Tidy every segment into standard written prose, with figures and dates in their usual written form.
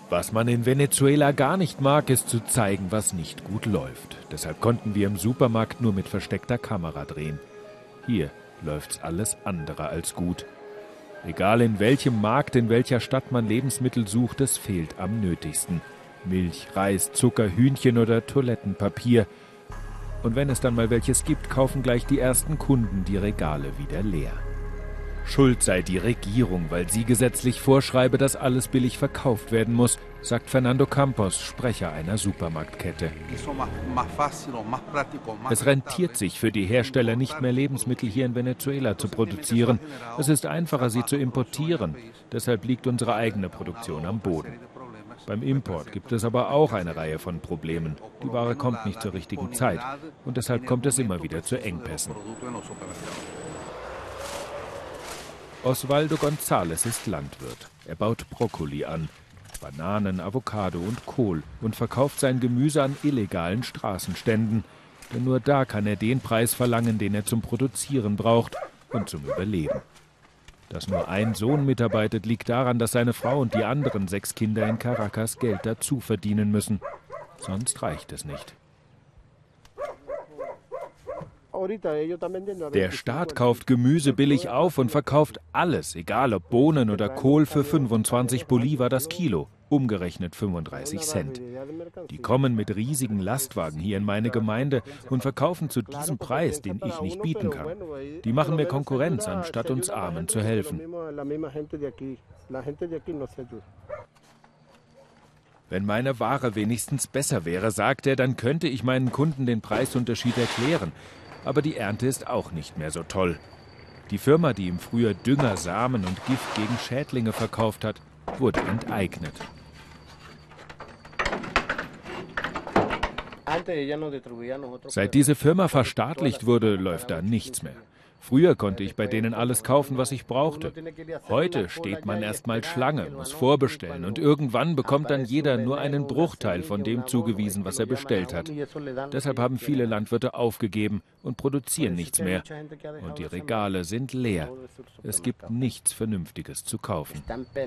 Was man in Venezuela gar nicht mag, ist zu zeigen, was nicht gut läuft. Deshalb konnten wir im Supermarkt nur mit versteckter Kamera drehen. Hier läuft's alles andere als gut. Egal in welchem Markt, in welcher Stadt man Lebensmittel sucht, es fehlt am nötigsten. Milch, Reis, Zucker, Hühnchen oder Toilettenpapier. Und wenn es dann mal welches gibt, kaufen gleich die ersten Kunden die Regale wieder leer. Schuld sei die Regierung, weil sie gesetzlich vorschreibe, dass alles billig verkauft werden muss, sagt Fernando Campos, Sprecher einer Supermarktkette. Es rentiert sich für die Hersteller nicht mehr, Lebensmittel hier in Venezuela zu produzieren. Es ist einfacher, sie zu importieren. Deshalb liegt unsere eigene Produktion am Boden. Beim Import gibt es aber auch eine Reihe von Problemen. Die Ware kommt nicht zur richtigen Zeit und deshalb kommt es immer wieder zu Engpässen. Osvaldo González ist Landwirt. Er baut Brokkoli an, Bananen, Avocado und Kohl und verkauft sein Gemüse an illegalen Straßenständen. Denn nur da kann er den Preis verlangen, den er zum Produzieren braucht und zum Überleben. Dass nur ein Sohn mitarbeitet, liegt daran, dass seine Frau und die anderen 6 Kinder in Caracas Geld dazu verdienen müssen. Sonst reicht es nicht. Der Staat kauft Gemüse billig auf und verkauft alles, egal ob Bohnen oder Kohl, für 25 Bolivar das Kilo, umgerechnet 35 Cent. Die kommen mit riesigen Lastwagen hier in meine Gemeinde und verkaufen zu diesem Preis, den ich nicht bieten kann. Die machen mir Konkurrenz, anstatt uns Armen zu helfen. Wenn meine Ware wenigstens besser wäre, sagt er, dann könnte ich meinen Kunden den Preisunterschied erklären. Aber die Ernte ist auch nicht mehr so toll. Die Firma, die ihm früher Dünger, Samen und Gift gegen Schädlinge verkauft hat, wurde enteignet. Seit diese Firma verstaatlicht wurde, läuft da nichts mehr. Früher konnte ich bei denen alles kaufen, was ich brauchte. Heute steht man erst mal Schlange, muss vorbestellen und irgendwann bekommt dann jeder nur einen Bruchteil von dem zugewiesen, was er bestellt hat. Deshalb haben viele Landwirte aufgegeben und produzieren nichts mehr. Und die Regale sind leer. Es gibt nichts Vernünftiges zu kaufen.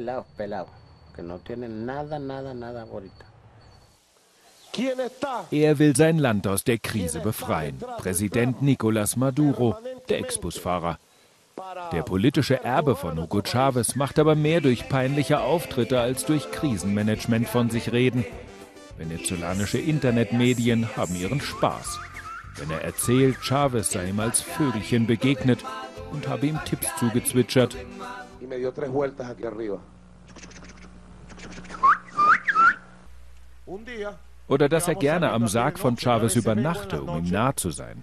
Er will sein Land aus der Krise befreien. Präsident Nicolás Maduro, der Ex-Busfahrer. Der politische Erbe von Hugo Chávez macht aber mehr durch peinliche Auftritte als durch Krisenmanagement von sich reden. Venezolanische Internetmedien haben ihren Spaß. Wenn er erzählt, Chávez sei ihm als Vögelchen begegnet und habe ihm Tipps zugezwitschert. Oder dass er gerne am Sarg von Chávez übernachte, um ihm nah zu sein.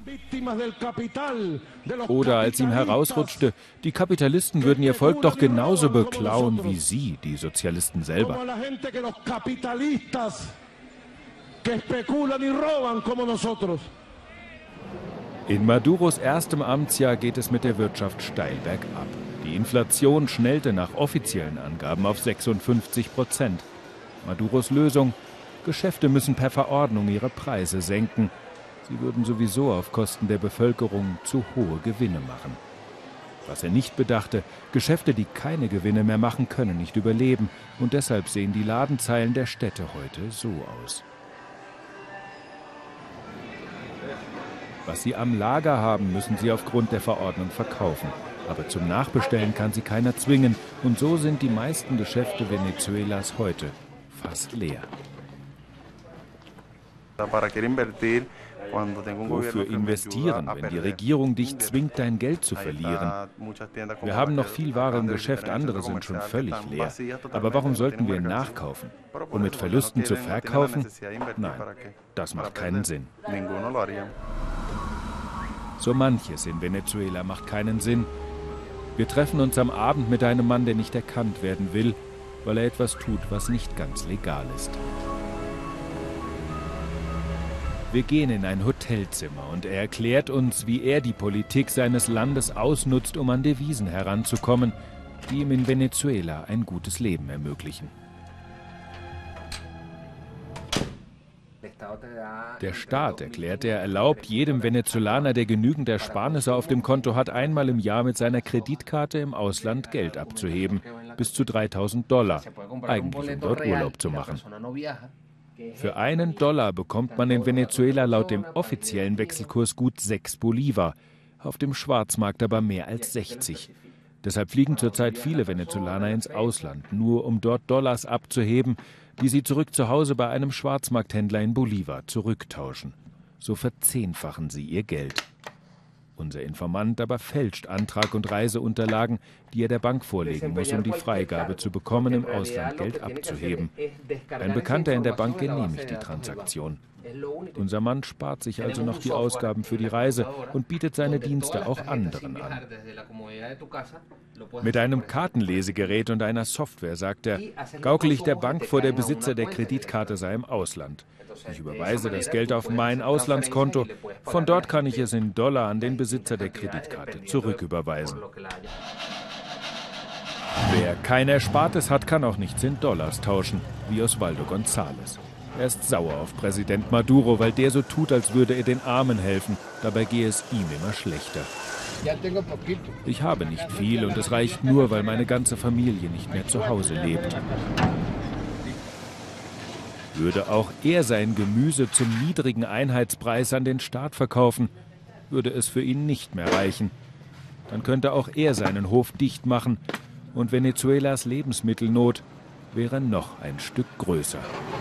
Oder als ihm herausrutschte, die Kapitalisten würden ihr Volk doch genauso beklauen wie sie, die Sozialisten selber. In Maduros erstem Amtsjahr geht es mit der Wirtschaft steil bergab. Die Inflation schnellte nach offiziellen Angaben auf 56%. Maduros Lösung: Geschäfte müssen per Verordnung ihre Preise senken. Sie würden sowieso auf Kosten der Bevölkerung zu hohe Gewinne machen. Was er nicht bedachte: Geschäfte, die keine Gewinne mehr machen, können nicht überleben. Und deshalb sehen die Ladenzeilen der Städte heute so aus. Was sie am Lager haben, müssen sie aufgrund der Verordnung verkaufen. Aber zum Nachbestellen kann sie keiner zwingen. Und so sind die meisten Geschäfte Venezuelas heute fast leer. Wofür investieren, wenn die Regierung dich zwingt, dein Geld zu verlieren? Wir haben noch viel Ware im Geschäft, andere sind schon völlig leer. Aber warum sollten wir nachkaufen? Um mit Verlusten zu verkaufen? Nein, das macht keinen Sinn. So manches in Venezuela macht keinen Sinn. Wir treffen uns am Abend mit einem Mann, der nicht erkannt werden will, weil er etwas tut, was nicht ganz legal ist. Wir gehen in ein Hotelzimmer und er erklärt uns, wie er die Politik seines Landes ausnutzt, um an Devisen heranzukommen, die ihm in Venezuela ein gutes Leben ermöglichen. Der Staat, erklärt er, erlaubt jedem Venezolaner, der genügend Ersparnisse auf dem Konto hat, einmal im Jahr mit seiner Kreditkarte im Ausland Geld abzuheben. Bis zu $3.000, eigentlich um dort Urlaub zu machen. Für $1 bekommt man in Venezuela laut dem offiziellen Wechselkurs gut 6 Bolivar, auf dem Schwarzmarkt aber mehr als 60. Deshalb fliegen zurzeit viele Venezolaner ins Ausland, nur um dort Dollars abzuheben, die sie zurück zu Hause bei einem Schwarzmarkthändler in Bolivar zurücktauschen. So verzehnfachen sie ihr Geld. Unser Informant aber fälscht Antrag und Reiseunterlagen, die er der Bank vorlegen muss, um die Freigabe zu bekommen, im Ausland Geld abzuheben. Ein Bekannter in der Bank genehmigt die Transaktion. Unser Mann spart sich also noch die Ausgaben für die Reise und bietet seine Dienste auch anderen an. Mit einem Kartenlesegerät und einer Software, sagt er, gaukel ich der Bank vor, der Besitzer der Kreditkarte sei im Ausland. Ich überweise das Geld auf mein Auslandskonto. Von dort kann ich es in Dollar an den Besitzer der Kreditkarte zurücküberweisen. Wer kein Erspartes hat, kann auch nichts in Dollars tauschen, wie Osvaldo González. Er ist sauer auf Präsident Maduro, weil der so tut, als würde er den Armen helfen. Dabei gehe es ihm immer schlechter. Ich habe nicht viel und es reicht nur, weil meine ganze Familie nicht mehr zu Hause lebt. Würde auch er sein Gemüse zum niedrigen Einheitspreis an den Staat verkaufen, würde es für ihn nicht mehr reichen. Dann könnte auch er seinen Hof dicht machen und Venezuelas Lebensmittelnot wäre noch ein Stück größer.